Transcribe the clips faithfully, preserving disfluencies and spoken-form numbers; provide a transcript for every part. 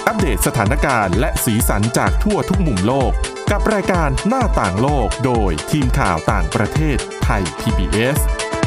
อัปเดตสถานการณ์และสีสันจากทั่วทุกมุมโลกกับรายการหน้าต่างโลกโดยทีมข่าวต่างประเทศไทย พี บี เอส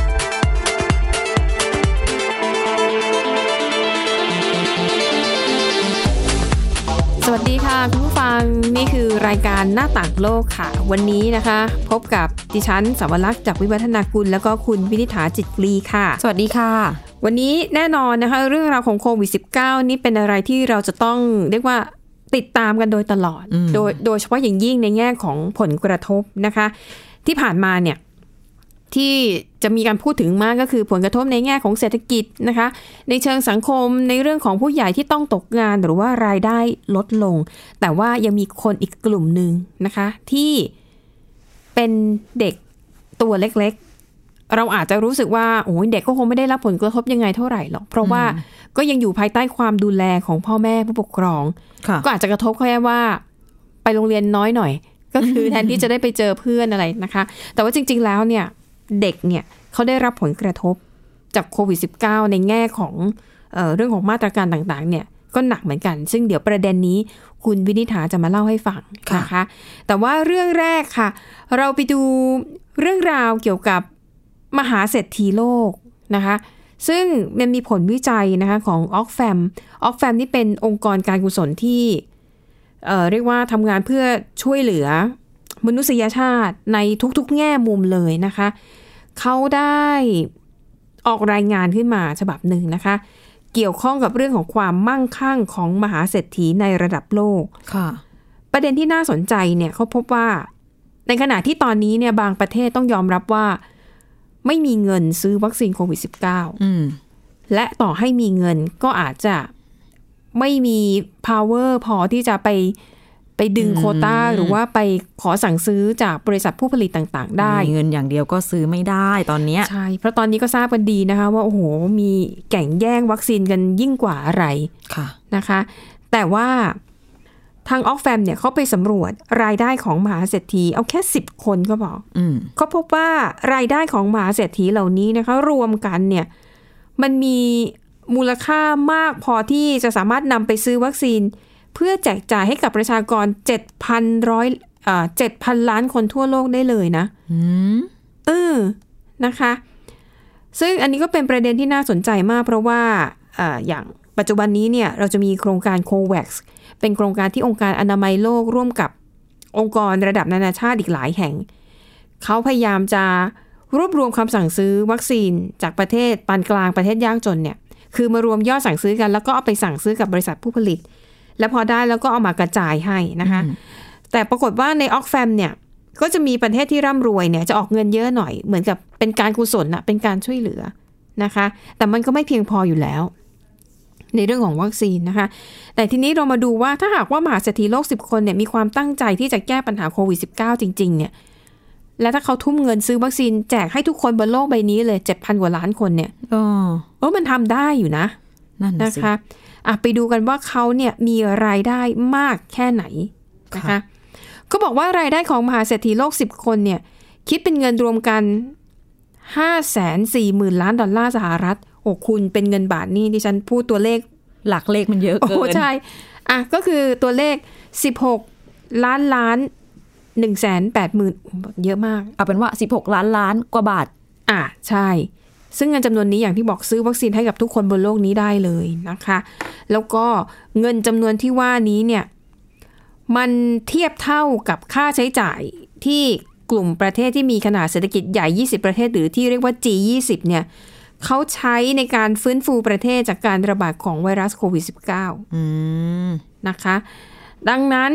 สวัสดีค่ะคุณผู้ฟังนี่คือรายการหน้าต่างโลกค่ะวันนี้นะคะพบกับดิฉันสาวรักษ์จากวิวัฒนากุลแล้วก็คุณวินิษฐาจิตกรีค่ะสวัสดีค่ะวันนี้แน่นอนนะคะเรื่องราวของโควิด สิบเก้า นี่เป็นอะไรที่เราจะต้องเรียกว่าติดตามกันโดยตลอดโดยโดยเฉพาะอย่างยิ่งในแง่ของผลกระทบนะคะที่ผ่านมาเนี่ยที่จะมีการพูดถึงมากก็คือผลกระทบในแง่ของเศรษฐกิจนะคะในเชิงสังคมในเรื่องของผู้ใหญ่ที่ต้องตกงานหรือว่ารายได้ลดลงแต่ว่ายังมีคนอีกกลุ่มหนึ่งนะคะที่เป็นเด็กตัวเล็กๆเราอาจจะรู้สึกว่าโอ้ยเด็กก็คงไม่ได้รับผลกระทบยังไงเท่าไหร่หรอกเพราะว่าก็ยังอยู่ภายใต้ความดูแลของพ่อแม่ผู้ปกครองก็อาจจะกระทบแค่ว่าไปโรงเรียนน้อยหน่อยก็คือแทนที่จะได้ไปเจอเพื่อนอะไรนะคะแต่ว่าจริงๆแล้วเนี่ยเด็กเนี่ยเขาได้รับผลกระทบจากโควิด สิบเก้า ในแง่ของเอ่อเรื่องของมาตรการต่างๆเนี่ยก็หนักเหมือนกันซึ่งเดี๋ยวประเด็นนี้คุณวินิษฐาจะมาเล่าให้ฟังนะคะแต่ว่าเรื่องแรกค่ะเราไปดูเรื่องราวเกี่ยวกับมหาเศรษฐีโลกนะคะซึ่งมันมีผลวิจัยนะคะของ Oxfam Oxfam นี่เป็นองค์กรการกุศลที่เอ่อเรียกว่าทำงานเพื่อช่วยเหลือมนุษยชาติในทุกๆแง่มุมเลยนะคะเขาได้ออกรายงานขึ้นมาฉบับหนึ่งนะคะเกี่ยวข้องกับเรื่องของความมั่งคั่งของมหาเศรษฐีในระดับโลกค่ะประเด็นที่น่าสนใจเนี่ยเขาพบว่าในขณะที่ตอนนี้เนี่ยบางประเทศต้องยอมรับว่าไม่มีเงินซื้อวัคซีนโควิด สิบเก้า อืมและต่อให้มีเงินก็อาจจะไม่มี power พอที่จะไปไปดึงโควต้าหรือว่าไปขอสั่งซื้อจากบริษัทผู้ผลิตต่างๆได้เงินอย่างเดียวก็ซื้อไม่ได้ตอนนี้ใช่เพราะตอนนี้ก็ทราบกันดีนะคะว่าโอ้โหมีแข่งแย่งวัคซีนกันยิ่งกว่าอะไรค่ะนะคะแต่ว่าทาง Oxfam เนี่ยเขาไปสำรวจรายได้ของมหาเศรษฐีเอาแค่สิบคนก็บอกเขาพบว่ารายได้ของมหาเศรษฐีเหล่านี้นะคะรวมกันเนี่ยมันมีมูลค่ามากพอที่จะสามารถนำไปซื้อวัคซีนเพื่อแจกจ่ายให้กับประชากร เจ็ดพันร้อยอ่า เจ็ดพัน ล้านคนทั่วโลกได้เลยนะอืมเออนะคะซึ่งอันนี้ก็เป็นประเด็นที่น่าสนใจมากเพราะว่าอ่าอย่างปัจจุบันนี้เนี่ยเราจะมีโครงการ โคแว็กซ์ เป็นโครงการที่องค์การอนามัยโลกร่วมกับองค์กรระดับนานาชาติอีกหลายแห่งเขาพยายามจะรวบรวมคำสั่งซื้อวัคซีนจากประเทศปานกลางประเทศยากจนเนี่ยคือมารวมยอดสั่งซื้อกันแล้วก็เอาไปสั่งซื้อกับบริษัทผู้ผลิตแล้วพอได้แล้วก็เอามากระจายให้นะคะแต่ปรากฏว่าใน Oxfam เนี่ยก็จะมีประเทศที่ร่ำรวยเนี่ยจะออกเงินเยอะหน่อยเหมือนกับเป็นการกุศลนะเป็นการช่วยเหลือนะคะแต่มันก็ไม่เพียงพออยู่แล้วในเรื่องของวัคซีนนะคะแต่ทีนี้เรามาดูว่าถ้าหากว่ามหาเศรษฐีโลกสิบคนเนี่ยมีความตั้งใจที่จะแก้ปัญหาโควิด สิบเก้า จริงๆเนี่ยและถ้าเขาทุ่มเงินซื้อวัคซีนแจกให้ทุกคนบนโลกใบนี้เลย เจ็ดพัน กว่าล้านคนเนี่ยอ๋อเออมันทำได้อยู่นะนั่นนะคะอ่ะไปดูกันว่าเขาเนี่ยมีรายได้มากแค่ไหนนะคะก็บอกว่ารายได้ของมหาเศรษฐีโลกสิบคนเนี่ยคิดเป็นเงินรวมกัน ห้าแสนสี่หมื่น ล้านดอลลาร์สหรัฐโอ้คุณเป็นเงินบาทนี่ดิฉันพูดตัวเลขหลักเลขมันเยอะเกินโอ้ใช่อ่ะก็คือตัวเลขสิบหกล้านล้าน หนึ่งแสนแปดหมื่น เยอะมากเอาเป็นว่าสิบหกล้านล้านกว่าบาทอ่ะใช่ซึ่งเงินจำนวนนี้อย่างที่บอกซื้อวัคซีนให้กับทุกคนบนโลกนี้ได้เลยนะคะแล้วก็เงินจำนวนที่ว่านี้เนี่ยมันเทียบเท่ากับค่าใช้จ่ายที่กลุ่มประเทศที่มีขนาดเศรษฐกิจใหญ่ยี่สิบประเทศหรือที่เรียกว่า จี ยี่สิบ เนี่ยเขาใช้ในการฟื้นฟูประเทศจากการระบาดของไวรัสโควิด สิบเก้า อืมนะคะดังนั้น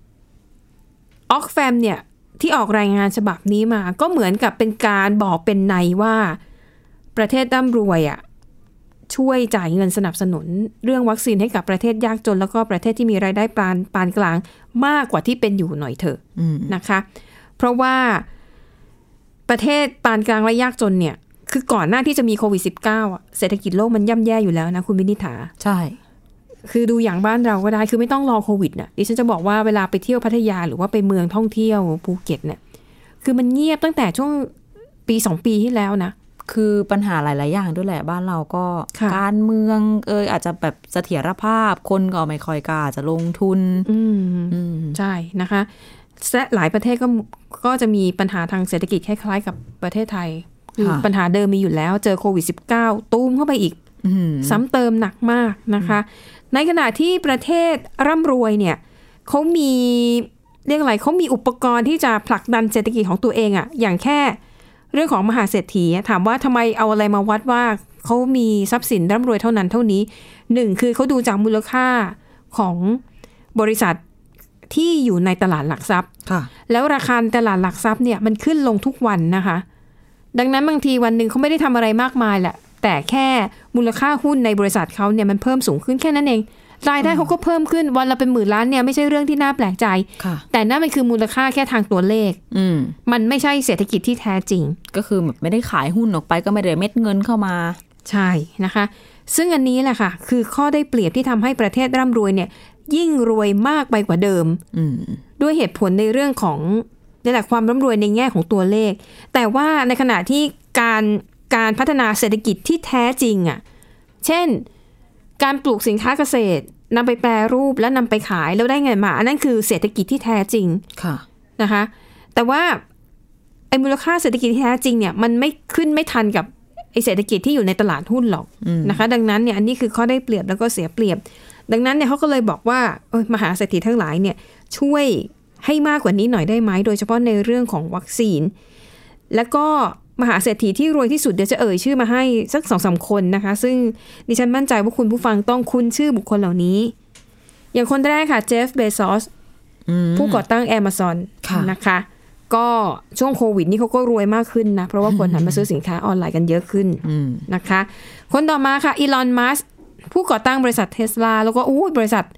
Oxfam เนี่ยที่ออกรายงานฉบับนี้มาก็เหมือนกับเป็นการบอกเป็นในว่าประเทศร่ำรวยอ่ะช่วยจ่ายเงินสนับสนุนเรื่องวัคซีนให้กับประเทศยากจนแล้วก็ประเทศที่มีรายได้ปานปานกลางมากกว่าที่เป็นอยู่หน่อยเถอะนะคะเพราะว่าประเทศปานกลางและยากจนเนี่ยคือก่อนหน้าที่จะมีโควิด สิบเก้า อ่ะเศรษฐกิจโลกมันย่ำแย่อยู่แล้วนะคุณวินิษฐาใช่คือดูอย่างบ้านเราก็ได้คือไม่ต้องรอโควิดน่ะดิฉันจะบอกว่าเวลาไปเที่ยวพัทยาหรือว่าไปเมืองท่องเที่ยวภูเก็ตเนี่ยคือมันเงียบตั้งแต่ช่วงปีสองปีที่แล้วนะคือปัญหาหลายๆอย่างด้วยแหละบ้านเราก็การเมืองเอออาจจะแบบเสถียรภาพคนก็ไม่ค่อยกล้าจะลงทุนอืมใช่นะคะและหลายประเทศก็ก็จะมีปัญหาทางเศรษฐกิจคล้ายๆกับประเทศไทยคือปัญหาเดิมมีอยู่แล้วเจอโควิด สิบเก้า ตูมเข้าไปอีกซ้ำเติมหนักมากนะคะในขณะที่ประเทศร่ำรวยเนี่ยเขามีเรื่องอะไรเขามีอุปกรณ์ที่จะผลักดันเศรษฐกิจของตัวเองอะอย่างแค่เรื่องของมหาเศรษฐีถามว่าทำไมเอาอะไรมาวัดว่าเขามีทรัพย์สินร่ำรวยเท่านั้นเท่านี้หนึ่งคือเขาดูจากมูลค่าของบริษัทที่อยู่ในตลาดหลักทรัพย์แล้วราคาตลาดหลักทรัพย์เนี่ยมันขึ้นลงทุกวันนะคะดังนั้นบางทีวันหนึ่งเขาไม่ได้ทำอะไรมากมายแหละแต่แค่มูลค่าหุ้นในบริษัทเขาเนี่ยมันเพิ่มสูงขึ้นแค่นั้นเองรายได้เขาก็เพิ่มขึ้นวันละเป็นหมื่นล้านเนี่ยไม่ใช่เรื่องที่น่าแปลกใจแต่นั่นมันคือมูลค่าแค่ทางตัวเลขมมันไม่ใช่เศรษฐกิจที่แท้จริงก็คือแบบไม่ได้ขายหุ้นออกไปก็ไม่ได้เม็ดเงินเข้ามาใช่นะคะซึ่งอันนี้แหละค่ะคือข้อได้เปรียบที่ทำให้ประเทศร่ำรวยเนี่ยยิ่งรวยมากไปกว่าเดิมด้วยเหตุผลในเรื่องของนี่แหละความร่ำรวยในแง่ของตัวเลขแต่ว่าในขณะที่การการพัฒนาเศรษฐกิจที่แท้จริงอ่ะเช่นการปลูกสินค้าเกษตรนำไปแปรรูปแล้วนำไปขายแล้วได้เงินมาอันนั้นคือเศรษฐกิจที่แท้จริงค่ะนะคะแต่ว่าไอ้มูลค่าเศรษฐกิจที่แท้จริงเนี่ยมันไม่ขึ้นไม่ทันกับไอ้เศรษฐกิจที่อยู่ในตลาดหุ้นหรอกนะคะดังนั้นเนี่ยอันนี้คือข้อได้เปรียบแล้วก็เสียเปรียบดังนั้นเนี่ยเขาก็เลยบอกว่าเออมหาเศรษฐีทั้งหลายเนี่ยช่วยให้มากกว่านี้หน่อยได้ไหมโดยเฉพาะในเรื่องของวัคซีนแล้วก็มหาเศรษฐีที่รวยที่สุดเดี๋ยวจะเอ่ยชื่อมาให้สัก สองสาม คนนะคะซึ่งดิฉันมั่นใจว่าคุณผู้ฟังต้องคุ้นชื่อบุคคลเหล่านี้อย่างคนแรกค่ะเจฟเบซอสผู้ก่อตั้ง Amazon นะคะก็ช่วงโควิดนี่เขาก็รวยมากขึ้นนะเพราะว่าคนหันมาซื้อสินค้าออนไลน์กันเยอะขึ้นนะคะคนต่อมาค่ะอีลอนมัสก์ผู้ก่อตั้งบริษัท Tesla แล้วก็อู้บริษัท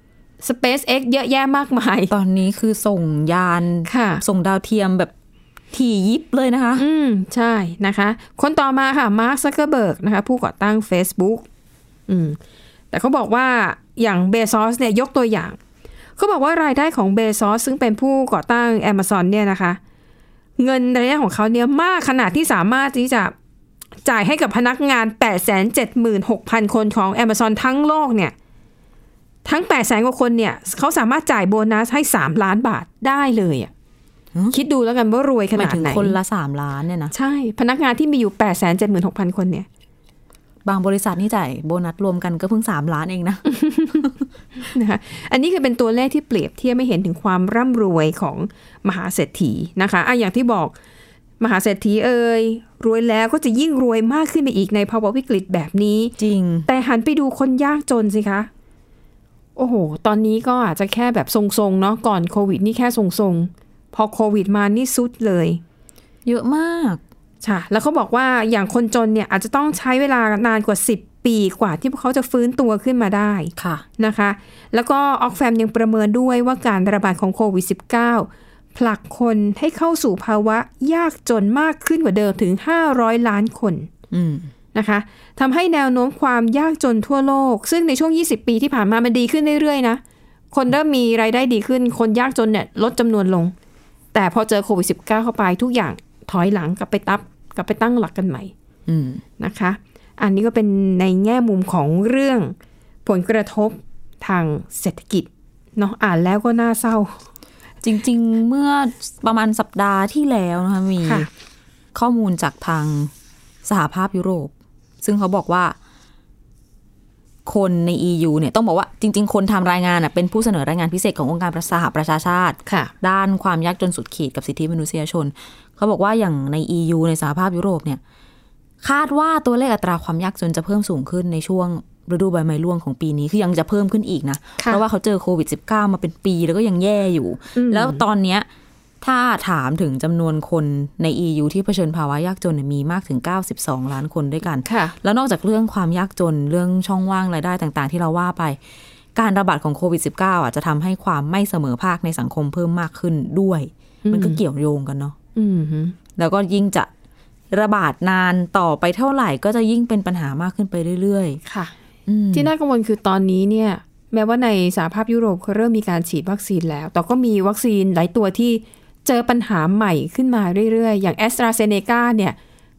SpaceX เยอะแยะมากมายตอนนี้คือส่งยานส่งดาวเทียมแบบถี่ยิบเลยนะคะอืมใช่นะคะคนต่อมาค่ะมาร์ค ซักเคอร์เบิร์กนะคะผู้ก่อตั้ง Facebook อืมแต่เขาบอกว่าอย่างเบซอสเนี่ยยกตัวอย่างเขาบอกว่ารายได้ของเบซอสซึ่งเป็นผู้ก่อตั้ง Amazon เนี่ยนะคะเงินรายได้ของเขาเนี่ยมากขนาดที่สามารถที่จะจ่ายให้กับพนักงาน แปดแสนเจ็ดหมื่นหกพัน คนของ Amazon ทั้งโลกเนี่ยทั้ง แปดแสน กว่าคนเนี่ยเขาสามารถจ่ายโบนัสให้สามล้านบาทได้เลยอ่ะคิดดูแล้วกันว่ารวยขนาดไหนคนละสามล้านเนี่ยนะใช่พนักงานที่มีอยู่ แปดแสนเจ็ดหมื่นหกพัน คนเนี่ยบางบริษัทนี่จ่ายโบนัสรวมกันก็เพิ่งสามล้านเองนะนะคะอันนี้คือเป็นตัวเลขที่เปรียบเทียบไม่เห็นถึงความร่ำรวยของมหาเศรษฐีนะคะอ่ะอย่างที่บอกมหาเศรษฐีเอ่ยรวยแล้วก็จะยิ่งรวยมากขึ้นไปอีกในภาวะวิกฤตแบบนี้จริงแต่หันไปดูคนยากจนสิคะโอ้โหตอนนี้ก็อาจจะแค่แบบทรงๆเนาะก่อนโควิดนี่แค่ทรงๆพอโควิดมานี่สุดเลยเยอะมากใช่แล้วเขาบอกว่าอย่างคนจนเนี่ยอาจจะต้องใช้เวลานานกว่าสิบปีกว่าที่พวกเขาจะฟื้นตัวขึ้นมาได้ค่ะนะคะแล้วก็ออกแฟมยังประเมินด้วยว่าการระบาดของโควิด สิบเก้า ผลักคนให้เข้าสู่ภาวะยากจนมากขึ้นกว่าเดิมถึงห้าร้อยล้านคนนะคะทำให้แนวโน้มความยากจนทั่วโลกซึ่งในช่วงยี่สิบปีที่ผ่านมามันดีขึ้นเรื่อยๆนะคนเริ่มมีรายได้ดีขึ้นคนยากจนเนี่ยลดจำนวนลงแต่พอเจอโควิด สิบเก้า เข้าไปทุกอย่างถอยหลังกลับไปตับกลับไปตั้งหลักกันใหม่นะคะอันนี้ก็เป็นในแง่มุมของเรื่องผลกระทบทางเศรษฐกิจเนาะอ่านแล้วก็น่าเศร้าจริงๆเมื่อประมาณสัปดาห์ที่แล้วนะคะมีข้อมูลจากทางสหภาพยุโรปซึ่งเขาบอกว่าคนใน อี ยู เนี่ยต้องบอกว่าจริงๆคนทำรายงานเป็นผู้เสนอรายงานพิเศษขององค์การสหประชาชาติด้านความยากจนสุดขีดกับสิทธิมนุษยชนเขาบอกว่าอย่างใน อี ยู ในสหภาพยุโรปเนี่ยคาดว่าตัวเลขอัตราความยากจนจะเพิ่มสูงขึ้นในช่วงฤดูใบไม้ร่วงของปีนี้คือยังจะเพิ่มขึ้นอีกนะเพราะว่าเขาเจอโควิด สิบเก้า มาเป็นปีแล้วก็ยังแย่อยู่แล้วตอนเนี้ยถ้าถามถึงจำนวนคนใน อี ยู ที่เผชิญภาวะยากจนมีมากถึงเก้าสิบสองล้านคนด้วยกันแล้วนอกจากเรื่องความยากจนเรื่องช่องว่างรายได้ต่างๆที่เราว่าไปการระบาดของโควิด สิบเก้า อ่ะจะทำให้ความไม่เสมอภาคในสังคมเพิ่มมากขึ้นด้วยมันก็เกี่ยวโยงกันเนาะแล้วก็ยิ่งจะระบาดนานต่อไปเท่าไหร่ก็จะยิ่งเป็นปัญหามากขึ้นไปเรื่อยๆค่ะที่น่ากังวลคือตอนนี้เนี่ยแม้ว่าในสหภาพยุโรปเขาเริ่มมีการฉีดวัคซีนแล้วแต่ก็มีวัคซีนหลายตัวที่เจอปัญหาใหม่ขึ้นมาเรื่อยๆอย่าง AstraZeneca เนี่ย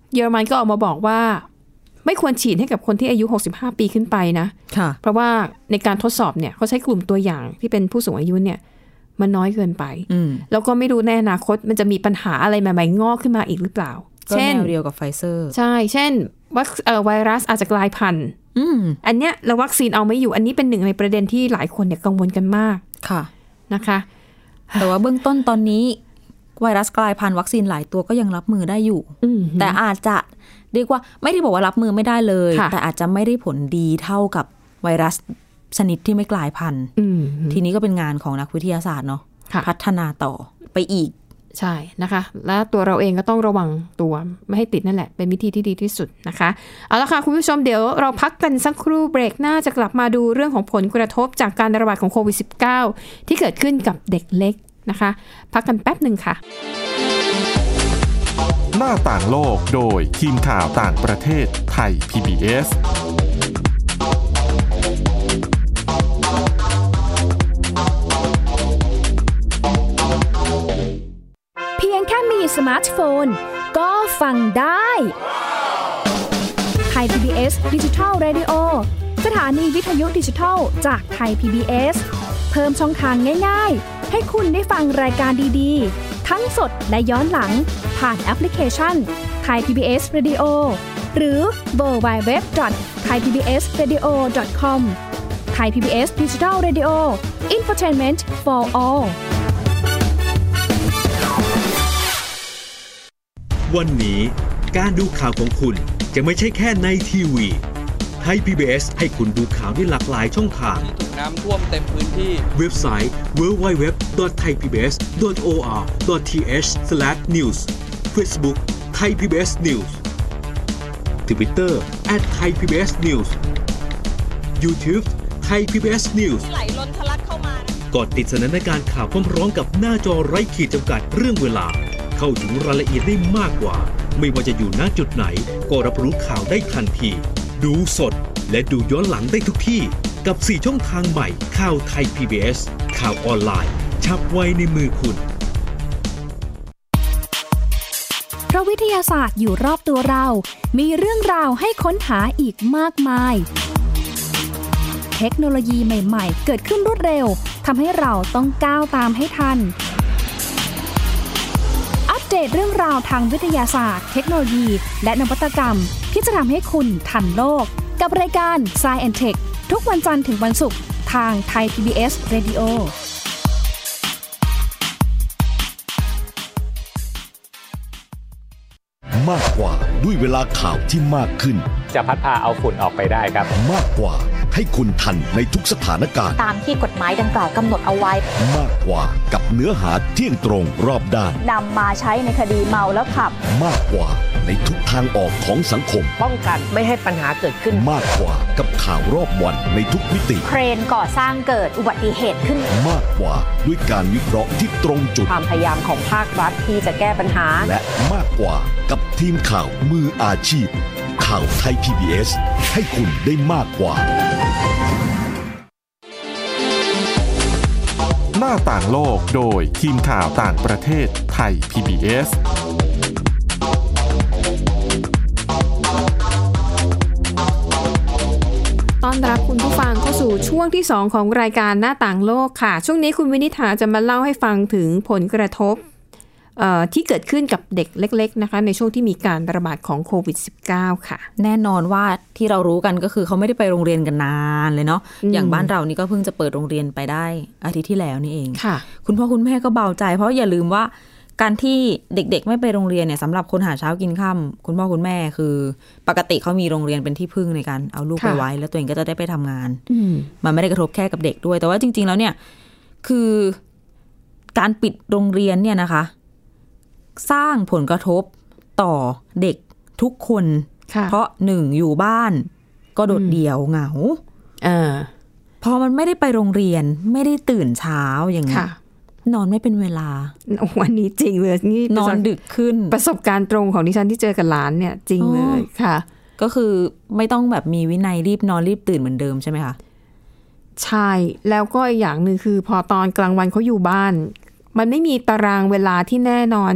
เยอรมันก็ออกมาบอกว่าไม่ควรฉีดให้กับคนที่อายุหกสิบห้าปีขึ้นไปนะเพราะว่าในการทดสอบเนี่ยเขาใช้กลุ่มตัวอย่างที่เป็นผู้สูงอายุเนี่ยมันน้อยเกินไปแล้วก็ไม่รู้ในอนาคตมันจะมีปัญหาอะไรใหม่ๆงอกขึ้นมาอีกหรือเปล่าก็แนวเดียวกับไฟเซอร์ใช่เช่นว่าไวรัสอาจจะกลายพันธุ์อันเนี้ยแล้ววัคซีนเอาไม่อยู่อันนี้เป็นหนึ่งในประเด็นที่หลายคนเนี่ยกังวลกันมากค่ะนะคะแต่ว่าเบื้องต้นตอนนี้ไวรัสกลายพันธุ์วัคซีนหลายตัวก็ยังรับมือได้อยู่แต่อาจจะเรียกว่าไม่ได้บอกว่ารับมือไม่ได้เลยแต่อาจจะไม่ได้ผลดีเท่ากับไวรัสชนิดที่ไม่กลายพันธุ์ทีนี้ก็เป็นงานของนักวิทยาศาสตร์เนาะพัฒนาต่อไปอีกใช่นะคะและตัวเราเองก็ต้องระวังตัวไม่ให้ติดนั่นแหละเป็นวิธีที่ดีที่สุดนะคะเอาละค่ะคุณผู้ชมเดี๋ยวเราพักกันสักครู่เบรกหน้าจะกลับมาดูเรื่องของผลกระทบจากการระบาดของโควิด สิบเก้า ที่เกิดขึ้นกับเด็กเล็กนะคะพักกันแป๊บหนึ่งค่ะหน้าต่างโลกโดยทีมข่าวต่างประเทศไทย พี บี เอสเพียงแค่มีสมาร์ทโฟนก็ฟังได้ไทย พี บี เอส Digital Radio สถานีวิทยุดิจิทัลจากไทย พี บี เอส เพิ่มช่องทางง่ายๆให้คุณได้ฟังรายการดีๆทั้งสดและย้อนหลังผ่านแอปพลิเคชัน Thai พี บี เอส Radio หรือ ดับเบิลยู ดับเบิลยู ดับเบิลยู ดอท ไทย พี บี เอส เรดิโอ ดอท คอม Thai พี บี เอส Digital Radio Infotainment for all วันนี้การดูข่าวของคุณจะไม่ใช่แค่ในทีวีไทย พี บี เอส ให้คุณดูข่าวได้หลากหลายช่องทางถูกน้ำท่วมเต็มพื้นที่เว็บไซต์ ดับเบิลยู ดับเบิลยู ดับเบิลยู ดอท ไทยพีบีเอส ดอท โอ อาร์ ดอท ที เอช สแลช นิวส์ Facebook Thai พี บี เอส News Twitter แอท ไทยพีบีเอสนิวส์ YouTube Thai พี บี เอส News ไหลล้นทะลักเข้ามากดติดสนันในการข่าวพร้อมๆกับหน้าจอไร้ขีดจำกัดเรื่องเวลาเข้าถึงรายละเอียดได้มากกว่าไม่ว่าจะอยู่ณจุดไหนก็รับรู้ข่าวได้ทันทีดูสดและดูย้อนหลังได้ทุกที่กับสี่ช่องทางใหม่ข่าวไทย พี บี เอส ข่าวออนไลน์ฉับไวในมือคุณเพราะวิทยาศาสตร์อยู่รอบตัวเรามีเรื่องราวให้ค้นหาอีกมากมายเทคโนโลยีใหม่ๆเกิดขึ้นรวดเร็วทำให้เราต้องก้าวตามให้ทันอัปเดตเรื่องราวทางวิทยาศาสตร์เทคโนโลยีและนวัตกรรมที่จะทำให้คุณทันโลกกับรายการ Science แอนด์ Tech ทุกวันจันทร์ถึงวันศุกร์ทางไทย พี บี เอส Radio มากกว่าด้วยเวลาข่าวที่มากขึ้นจะพัดพาเอาฝุ่นออกไปได้ครับมากกว่าให้คุณทันในทุกสถานการณ์ตามที่กฎหมายดังกล่าวกำหนดเอาไว้มากกว่ากับเนื้อหาเที่ยงตรงรอบด้านนำมาใช้ในคดีเมาแล้วขับมากกว่าในทุกทางออกของสังคมป้องกันไม่ให้ปัญหาเกิดขึ้นมากกว่ากับข่าวรอบวันในทุกมิติเครนก่อสร้างเกิดอุบัติเหตุขึ้นมากกว่าด้วยการวิเคราะห์ที่ตรงจุดความพยายามของภาครัฐที่จะแก้ปัญหาและมากกว่ากับทีมข่าวมืออาชีพข่าวไทย พี บี เอส ให้คุณได้มากกว่าหน้าต่างโลกโดยทีมข่าวต่างประเทศไทย พี บี เอสต้อนรับคุณผู้ฟังเข้าสู่ช่วงที่สองของรายการหน้าต่างโลกค่ะช่วงนี้คุณวินิษฐาจะมาเล่าให้ฟังถึงผลกระทบที่เกิดขึ้นกับเด็กเล็กๆนะคะในช่วงที่มีการระบาดของโควิด สิบเก้า ค่ะแน่นอนว่าที่เรารู้กันก็คือเขาไม่ได้ไปโรงเรียนกันนานเลยเนาะ อ, อย่างบ้านเรานี่ก็เพิ่งจะเปิดโรงเรียนไปได้อาทิตย์ที่แล้วนี่เองค่ะคุณพ่อคุณแม่ก็เบาใจเพราะอย่าลืมว่าการที่เด็กๆไม่ไปโรงเรียนเนี่ยสำหรับคนหาเช้ากินค่ำคุณพ่อคุณแม่คือปกติเขามีโรงเรียนเป็นที่พึ่งในการเอาลูกไปไว้แล้วตัวเองก็จะได้ไปทำงานมันไม่ได้กระทบแค่กับเด็กด้วยแต่ว่าจริงๆแล้วเนี่ยคือการปิดโรงเรียนเนี่ยนะคะสร้างผลกระทบต่อเด็กทุกคนเพราะหนึ่งอยู่บ้านก็โดดเดี่ยวเหงาพอมันไม่ได้ไปโรงเรียนไม่ได้ตื่นเช้าอย่างนี้นอนไม่เป็นเวลาวันนี้จริงเลยนี่นอนดึกขึ้นประสบการณ์ตรงของดิฉันที่เจอกับหลานเนี่ยจริงเลยค่ะก็คือไม่ต้องแบบมีวินัยรีบนอนรีบตื่นเหมือนเดิมใช่ไหมคะใช่แล้วก็อีกอย่างหนึ่งคือพอตอนกลางวันเขาอยู่บ้านมันไม่มีตารางเวลาที่แน่นอน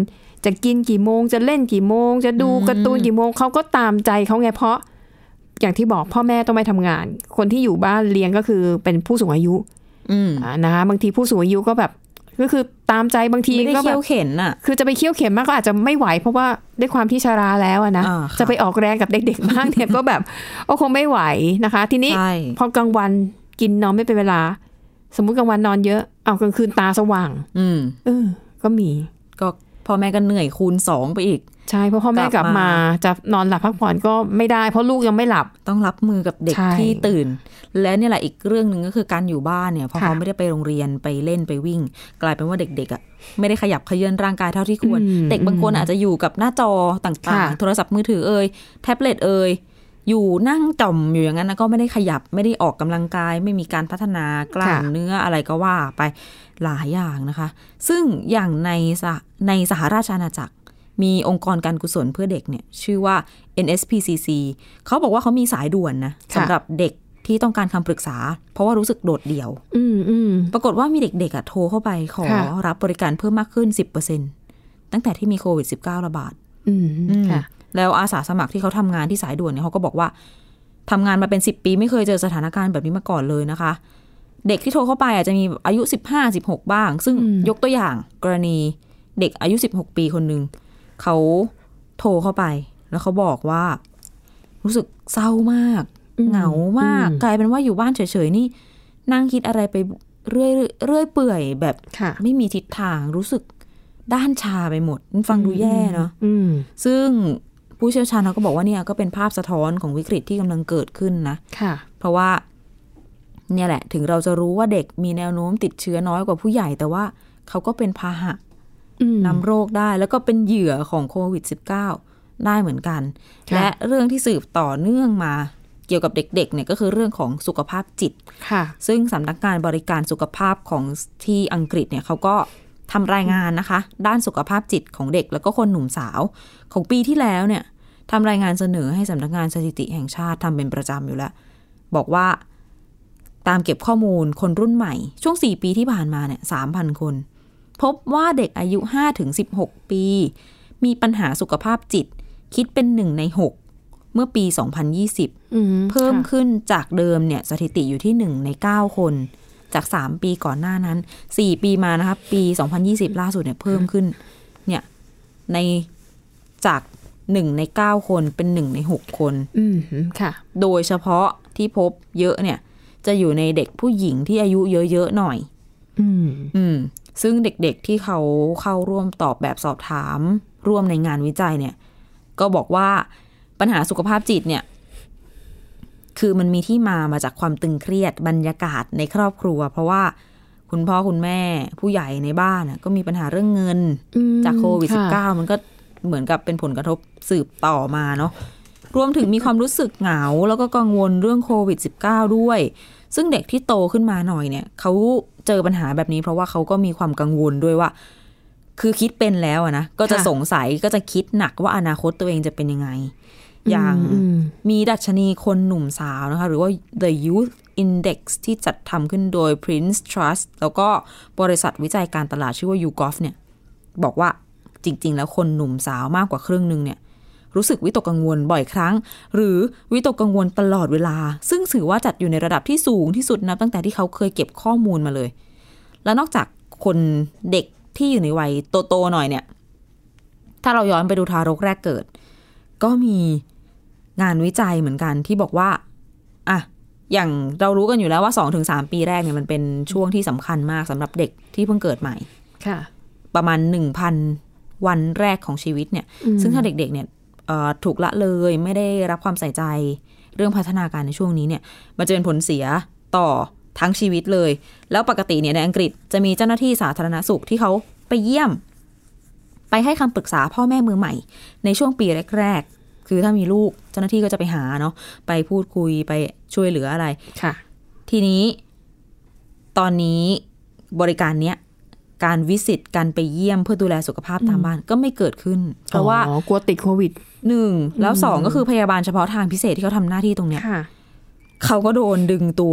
จะกินกี่โมงจะเล่นกี่โมงจะดูการ์ตูนกี่โมงเขาก็ตามใจเขาไงเพราะอย่างที่บอกพ่อแม่ต้องไม่ทำงานคนที่อยู่บ้านเลี้ยงก็คือเป็นผู้สูงอายุนะคะบางทีผู้สูงอายุก็แบบก็คือตามใจบางทีก็แบบเข็นน่ะคือจะไปเคี่ยวเข็นมากก็อาจจะไม่ไหวเพราะว่าด้วยความที่ชราแล้วอะนะจะไปออกแรงกับเด็กๆบ้างเนี่ยก็แบบโอ้คงไม่ไหวนะคะทีนี้พอกลางวันกินนอนไม่เป็นเวลาสมมุติกลางวันนอนเยอะเอากลางคืนตาสว่างอืมเออก็มีก็พ่อแม่ก็เหนื่อยคูณสองไปอีกใช่เพราะพ่อแม่กลับมาจะนอนหลับพักผ่อนก็ไม่ได้เพราะลูกยังไม่หลับต้องรับมือกับเด็กที่ตื่นและเนี่ยแหละอีกเรื่องนึงก็คือการอยู่บ้านเนี่ยพอเขาไม่ได้ไปโรงเรียนไปเล่นไปวิ่งกลายเป็นว่าเด็กๆอ่ะไม่ได้ขยับเขยื้อนร่างกายเท่าที่ควรเด็กบางคนอาจจะอยู่กับหน้าจอต่างๆโทรศัพท์มือถือเอ่ยแท็บเล็ตเอ่ยอยู่นั่งจ่อมอยู่อย่างนั้นนะก็ไม่ได้ขยับไม่ได้ออกกำลังกายไม่มีการพัฒนากล้ามเนื้ออะไรก็ว่าไปหลายอย่างนะคะซึ่งอย่างในในสหราชอาณาจักรมีองค์กรการกุศลเพื่อเด็กเนี่ยชื่อว่า เอ็น เอส พี ซี ซี เขาบอกว่าเขามีสายด่วนนะสำหรับเด็กที่ต้องการคำปรึกษาเพราะว่ารู้สึกโดดเดี่ยวปรากฏว่ามีเด็กๆอ่ะโทรเข้าไปขอรับบริการเพิ่มมากขึ้น สิบเปอร์เซ็นต์ ตั้งแต่ที่มีโควิด สิบเก้า ระบาดแล้วอาสาสมัครที่เขาทำงานที่สายด่วนเนี่ยเขาก็บอกว่าทำงานมาเป็นสิบปีไม่เคยเจอสถานการณ์แบบนี้มาก่อนเลยนะคะเด็กที่โทรเข้าไปอาจจะมีอายุสิบห้า สิบหกบ้างซึ่งยกตัวอย่างกรณีเด็กอายุสิบหกปีคนนึงเขาโทรเข้าไปแล้วเขาบอกว่ารู้สึกเศร้ามากเหงามากกลายเป็นว่าอยู่บ้านเฉยๆนี่นั่งคิดอะไรไปเรื่อยเรื่อยเปื่อยแบบไม่มีทิศทางรู้สึกด้านชาไปหมดฟังดูแย่เนาะซึ่งผู้เชี่ยวชาญเขาก็บอกว่าเนี่ยก็เป็นภาพสะท้อนของวิกฤตที่กำลังเกิดขึ้นนะเพราะว่าเนี่ยแหละถึงเราจะรู้ว่าเด็กมีแนวโน้มติดเชื้อน้อยกว่าผู้ใหญ่แต่ว่าเขาก็เป็นพาหะนำโรคได้แล้วก็เป็นเหยื่อของโควิด สิบเก้า ได้เหมือนกันและเรื่องที่สืบต่อเนื่องมาเกี่ยวกับเด็กๆเนี่ยก็คือเรื่องของสุขภาพจิตซึ่งสำนักงานบริการสุขภาพของที่อังกฤษเนี่ยเขาก็ทำรายงานนะคะด้านสุขภาพจิตของเด็กแล้วก็คนหนุ่มสาวของปีที่แล้วเนี่ยทำรายงานเสนอให้สำนักงานสถิติแห่งชาติทำเป็นประจำอยู่แล้วบอกว่าตามเก็บข้อมูลคนรุ่นใหม่ช่วงสี่ปีที่ผ่านมาเนี่ย สามพัน คนพบว่าเด็กอายุ ห้าถึงสิบหก ปีมีปัญหาสุขภาพจิตคิดเป็นหนึ่งในหกเมื่อปีสองพันยี่สิบเพิ่มขึ้นจากเดิมเนี่ยสถิติอยู่ที่หนึ่งในเก้าคนจากสามปีก่อนหน้านั้นสี่ปีมานะคะปีสองพันยี่สิบล่าสุดเนี่ยเพิ่มขึ้นเนี่ยในจากหนึ่งในเก้าคนเป็นหนึ่งในหกคนค่ะโดยเฉพาะที่พบเยอะเนี่ยจะอยู่ในเด็กผู้หญิงที่อายุเยอะๆหน่อยอืมอืมซึ่งเด็กๆที่เขาเข้าร่วมตอบแบบสอบถามร่วมในงานวิจัยเนี่ยก็บอกว่าปัญหาสุขภาพจิตเนี่ยคือมันมีที่มามาจากความตึงเครียดบรรยากาศในครอบครัวเพราะว่าคุณพ่อคุณแม่ผู้ใหญ่ในบ้านก็มีปัญหาเรื่องเงินจากโควิด สิบเก้า มันก็เหมือนกับเป็นผลกระทบสืบต่อมาเนาะรวมถึงมีความรู้สึกเหงาแล้วก็กังวลเรื่องโควิด สิบเก้า ด้วยซึ่งเด็กที่โตขึ้นมาหน่อยเนี่ยเขาเจอปัญหาแบบนี้เพราะว่าเขาก็มีความกังวลด้วยว่าคือคิดเป็นแล้วนะก็จะสงสัยก็จะคิดหนักว่าอนาคตตัวเองจะเป็นยังไงอย่างมีดัชนีคนหนุ่มสาวนะคะหรือว่า The Youth Index ที่จัดทำขึ้นโดย Prince Trust แล้วก็บริษัทวิจัยการตลาดชื่อว่า YouGov เนี่ยบอกว่าจริงๆแล้วคนหนุ่มสาวมากกว่าครึ่งนึงเนี่ยรู้สึกวิตกกังวลบ่อยครั้งหรือวิตกกังวลตลอดเวลาซึ่งถือว่าจัดอยู่ในระดับที่สูงที่สุดนับตั้งแต่ที่เขาเคยเก็บข้อมูลมาเลยและนอกจากคนเด็กที่อยู่ในวัยโตๆหน่อยเนี่ยถ้าเราย้อนไปดูทารกแรกเกิดก็มีงานวิจัยเหมือนกันที่บอกว่าอ่ะอย่างเรารู้กันอยู่แล้วว่า สองถึงสาม ปีแรกเนี่ยมันเป็นช่วงที่สำคัญมากสำหรับเด็กที่เพิ่งเกิดใหม่ค่ะประมาณ หนึ่งพัน วันแรกของชีวิตเนี่ยซึ่งถ้าเด็กๆเนี่ยถูกละเลยไม่ได้รับความใส่ใจเรื่องพัฒนาการในช่วงนี้เนี่ยมันจะเป็นผลเสียต่อทั้งชีวิตเลยแล้วปกติเนี่ยในอังกฤษจะมีเจ้าหน้าที่สาธารณสุขที่เขาไปเยี่ยมไปให้คำปรึกษาพ่อแม่มือใหม่ในช่วงปีแรกๆคือถ้ามีลูกเจ้าหน้าที่ก็จะไปหาเนาะไปพูดคุยไปช่วยเหลืออะไรค่ะทีนี้ตอนนี้บริการเนี้ยการวิสิตการไปเยี่ยมเพื่อดูแลสุขภาพตามบ้านก็ไม่เกิดขึ้นเพราะว่ากลัวติดโควิดหนึ่งแล้วสองก็คือพยาบาลเฉพาะทางพิเศษที่เขาทำหน้าที่ตรงเนี้ยเขาก็โดนดึงตัว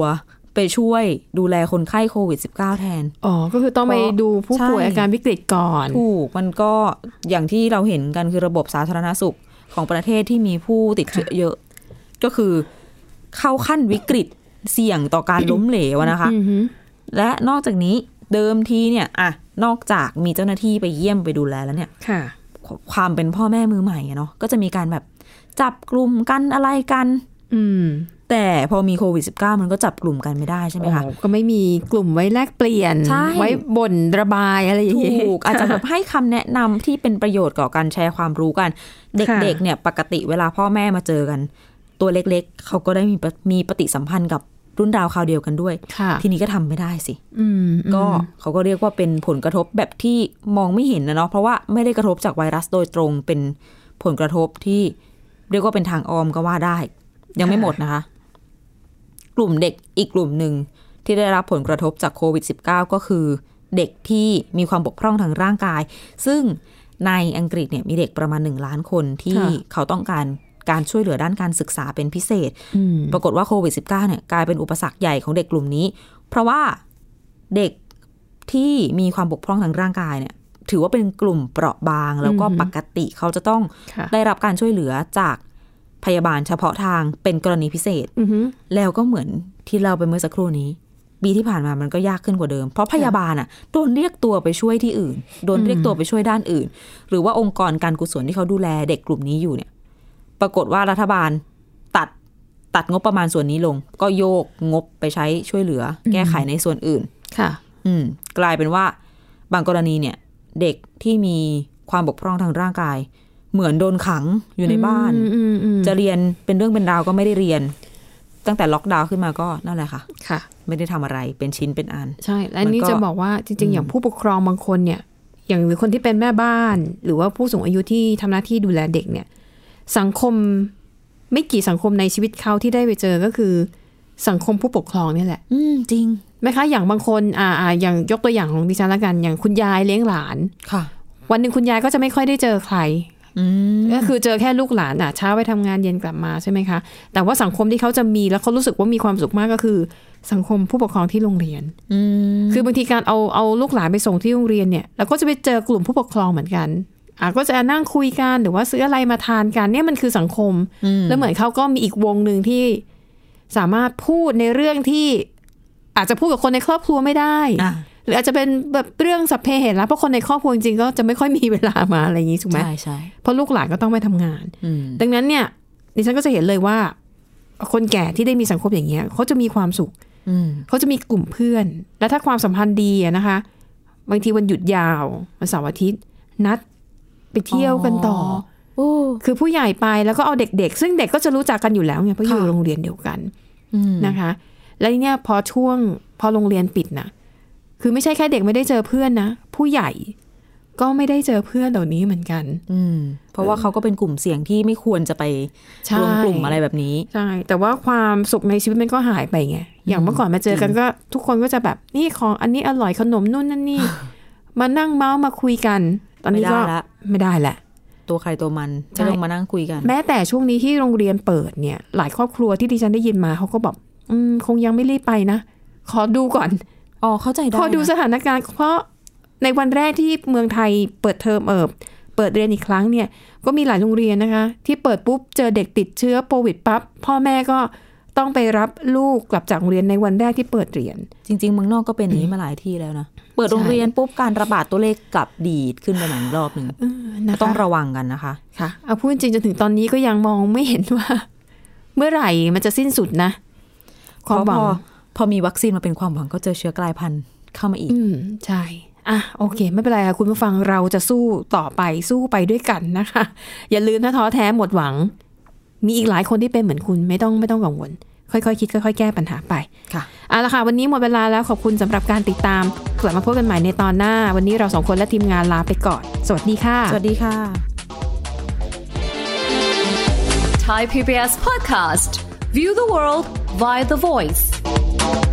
ไปช่วยดูแลคนไข้โควิด สิบเก้า แทนอ๋อก็คือต้องไปดูผู้ป่วยอาการวิกฤตก่อนถูกมันก็อย่างที่เราเห็นกันคือระบบสาธารณสุขของประเทศที่มีผู้ติดเชื้อเยอะก็คือเข้าขั้นวิกฤตเสี่ยงต่อการล้มเหลวนะคะและนอกจากนี้เดิมทีเนี่ยอะนอกจากมีเจ้าหน้าที่ไปเยี่ยมไปดูแลแล้วเนี่ยความเป็นพ่อแม่มือใหม่เนาะก็จะมีการแบบจับกลุ่มกันอะไรกันอืมแต่พอมีโควิด สิบเก้า มันก็จับกลุ่มกันไม่ได้ใช่ไหมคะก็ไม่มีกลุ่มไว้แลกเปลี่ยนไว้บ่นระบายอะไรอย่างเงี้ยถูกอาจจะแบบให้คำแนะนำที่เป็นประโยชน์ต่อการแชร์ความรู้กันเด็กๆเนี่ยปกติเวลาพ่อแม่มาเจอกันตัวเล็กๆเขาก็ได้มีมีปฏิสัมพันธ์กับรุ่นราวคราวเดียวกันด้วยทีนี้ก็ทำไม่ได้สิก็เขาก็เรียกว่าเป็นผลกระทบแบบที่มองไม่เห็นนะเนาะเพราะว่าไม่ได้กระทบจากไวรัสโดยตรงเป็นผลกระทบที่เรียกว่าเป็นทางอ้อมก็ว่าได้ยังไม่หมดนะคะกลุ่มเด็กอีกกลุ่มหนึ่งที่ได้รับผลกระทบจากโควิด สิบเก้า ก็คือเด็กที่มีความบกพร่องทางร่างกายซึ่งในอังกฤษเนี่ยมีเด็กประมาณหนึ่งล้านคนที่เขาต้องการการช่วยเหลือด้านการศึกษาเป็นพิเศษปรากฏว่าโควิด สิบเก้า เนี่ยกลายเป็นอุปสรรคใหญ่ของเด็กกลุ่มนี้เพราะว่าเด็กที่มีความบกพร่องทางร่างกายเนี่ยถือว่าเป็นกลุ่มเปราะบางแล้วก็ปกติเขาจะต้องได้รับการช่วยเหลือจากพยาบาลเฉพาะทางเป็นกรณีพิเศษแล้วก็เหมือนที่เราไปเมื่อสักครู่นี้ปีที่ผ่านมามันก็ยากขึ้นกว่าเดิมเพราะพยาบาลอ่ะโดนเรียกตัวไปช่วยที่อื่นโดนเรียกตัวไปช่วยด้านอื่นหรือว่าองค์กรการกุศลที่เขาดูแลเด็กกลุ่มนี้อยู่เนี่ยปรากฏว่ารัฐบาลตัดตัดงบประมาณส่วนนี้ลงก็โยกงบไปใช้ช่วยเหลือแก้ไขในส่วนอื่นค่ะอืมกลายเป็นว่าบางกรณีเนี่ยเด็กที่มีความบกพร่องทางร่างกายเหมือนโดนขังอยู่ในบ้านจะเรียนเป็นเรื่องเป็นราวก็ไม่ได้เรียนตั้งแต่ล็อกดาวน์ขึ้นมาก็นั่นแหละค่ะค่ะไม่ได้ทำอะไรเป็นชิ้นเป็นอันใช่และนี่จะบอกว่าจริงๆอย่างผู้ปกครองบางคนเนี่ยอย่างหรือคนที่เป็นแม่บ้านหรือว่าผู้สูงอายุที่ทำหน้าที่ดูแลเด็กเนี่ยสังคมไม่กี่สังคมในชีวิตเขาที่ได้ไปเจอก็คือสังคมผู้ปกครองนี่แหละอืมจริงไหมคะอย่างบางคนอ่าอ่าอย่างยกตัวอย่างของดิฉันละกันอย่างคุณยายเลี้ยงหลานค่ะวันหนึ่งคุณยายก็จะไม่ค่อยได้เจอใครก็คือเจอแค่ลูกหลานอ่ะเช้าไปทำงานเย็นกลับมาใช่ไหมคะแต่ว่าสังคมที่เขาจะมีแล้วเขารู้สึกว่ามีความสุขมากก็คือสังคมผู้ปกครองที่โรงเรียนคือบางทีการเอาเอาลูกหลานไปส่งที่โรงเรียนเนี่ยแล้วก็จะไปเจอกลุ่มผู้ปกครองเหมือนกันอ่ะก็จะนั่งคุยกันหรือว่าซื้ออะไรมาทานกันเนี่ยมันคือสังคมแล้วเหมือนเขาก็มีอีกวงหนึ่งที่สามารถพูดในเรื่องที่อาจจะพูดกับคนในครอบครัวไม่ได้หรืออาจจะเป็นแบบเรื่องสัพเพเหระเพราะคนในครอบครัวจริงๆก็จะไม่ค่อยมีเวลามาอะไรอย่างนี้ถูกไหมใช่ใช่เพราะลูกหลานก็ต้องไปทำงานดังนั้นเนี่ยดิฉันก็จะเห็นเลยว่าคนแก่ที่ได้มีสังคมอย่างเงี้ยเขาจะมีความสุขเขาจะมีกลุ่มเพื่อนและถ้าความสัมพันธ์ดีนะคะบางทีวันหยุดยาววันเสาร์อาทิตย์นัดไปเที่ยวกันต่อคือผู้ใหญ่ไปแล้วก็เอาเด็กๆซึ่งเด็กก็จะรู้จักกันอยู่แล้วไงเพราะอยู่โรงเรียนเดียวกันนะคะแล้วเนี่ยพอช่วงพอโรงเรียนปิดนะคือไม่ใช่แค่เด็กไม่ได้เจอเพื่อนนะผู้ใหญ่ก็ไม่ได้เจอเพื่อนเหล่านี้เหมือนกันเพราะว่าเขาก็เป็นกลุ่มเสี่ยงที่ไม่ควรจะไปรวมกลุ่มอะไรแบบนี้ใช่แต่ว่าความสุขในชีวิตมันก็หายไปไงอย่างเมื่อก่อนมาเจอกันก็ทุกคนก็จะแบบนี่ของอันนี้อร่อยขนมนู่นนั่นนี่มานั่งเมาส์มาคุยกันตอนนี้ก็ไม่ได้แหละตัวใครตัวมันจะลงมานั่งคุยกันแม้แต่ช่วงนี้ที่โรงเรียนเปิดเนี่ยหลายครอบครัวที่ดิฉันได้ยินมาเขาก็บอกอืมคงยังไม่รีบไปนะขอดูก่อนอ๋อเข้าใจได้พอดูสถานการณ์เพราะในวันแรกที่เมืองไทยเปิดเทอมเอิบเปิดเรียนอีกครั้งเนี่ยก็มีหลายโรงเรียนนะคะที่เปิดปุ๊บเจอเด็กติดเชื้อโควิดปั๊บพ่อแม่ก็ต้องไปรับลูกกลับจากโรงเรียนในวันแรกที่เปิดเรียนจริงๆเมืองนอกก็เป็นอย่างนี้มาหลายที่แล้วนะเปิดโรงเรียนปุ๊บการระบาดตัวเลขกลับดีดขึ้นไปหนึ่งรอบหนึ่งต้องระวังกันนะคะค่ะเอาพูดจริงจนถึงตอนนี้ก็ยังมองไม่เห็นว่าเมื่อไหร่มันจะสิ้นสุดนะความหวังพอมีวัคซีนมาเป็นความหวังก็เจอเชื้อกลายพันธุ์เข้ามาอีกอืมใช่อ่ะโอเคไม่เป็นไรค่ะคุณผู้ฟังเราจะสู้ต่อไปสู้ไปด้วยกันนะคะอย่าลืมถ้าท้อแท้หมดหวังมีอีกหลายคนที่เป็นเหมือนคุณไม่ต้องไม่ต้องกังวลค่อยๆคิดค่อยๆแก้ปัญหาไปค่ะเอาละค่ะวันนี้หมดเวลาแล้วขอบคุณสำหรับการติดตามกลับมาพบกันใหม่ในตอนหน้าวันนี้เราสองคนและทีมงานลาไปก่อนสวัสดีค่ะสวัสดีค่ะ Thai พี บี เอส Podcast View the world via the voice